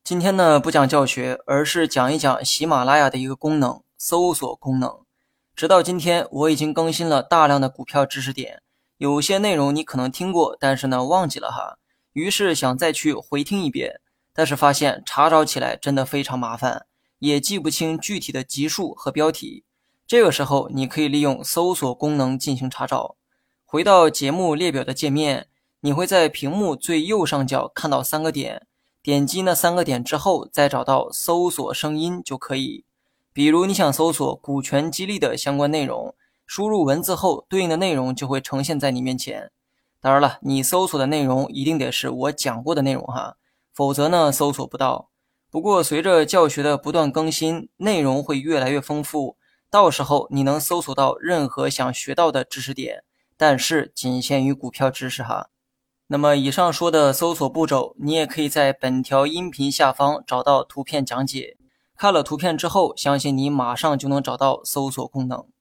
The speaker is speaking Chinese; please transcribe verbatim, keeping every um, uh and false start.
今天呢，不讲教学，而是讲一讲喜马拉雅的一个功能——搜索功能。直到今天，我已经更新了大量的股票知识点，有些内容你可能听过，但是呢忘记了哈。于是想再去回听一遍，但是发现查找起来真的非常麻烦，也记不清具体的集数和标题。这个时候，你可以利用搜索功能进行查找。回到节目列表的界面，你会在屏幕最右上角看到三个点。点击那三个点之后，再找到搜索声音就可以。比如你想搜索股权激励的相关内容，输入文字后，对应的内容就会呈现在你面前。当然了，你搜索的内容一定得是我讲过的内容哈，否则呢搜索不到。不过随着教学的不断更新，内容会越来越丰富，到时候你能搜索到任何想学到的知识点，但是仅限于股票知识哈。那么以上说的搜索步骤，你也可以在本条音频下方找到图片讲解。看了图片之后，相信你马上就能找到搜索功能。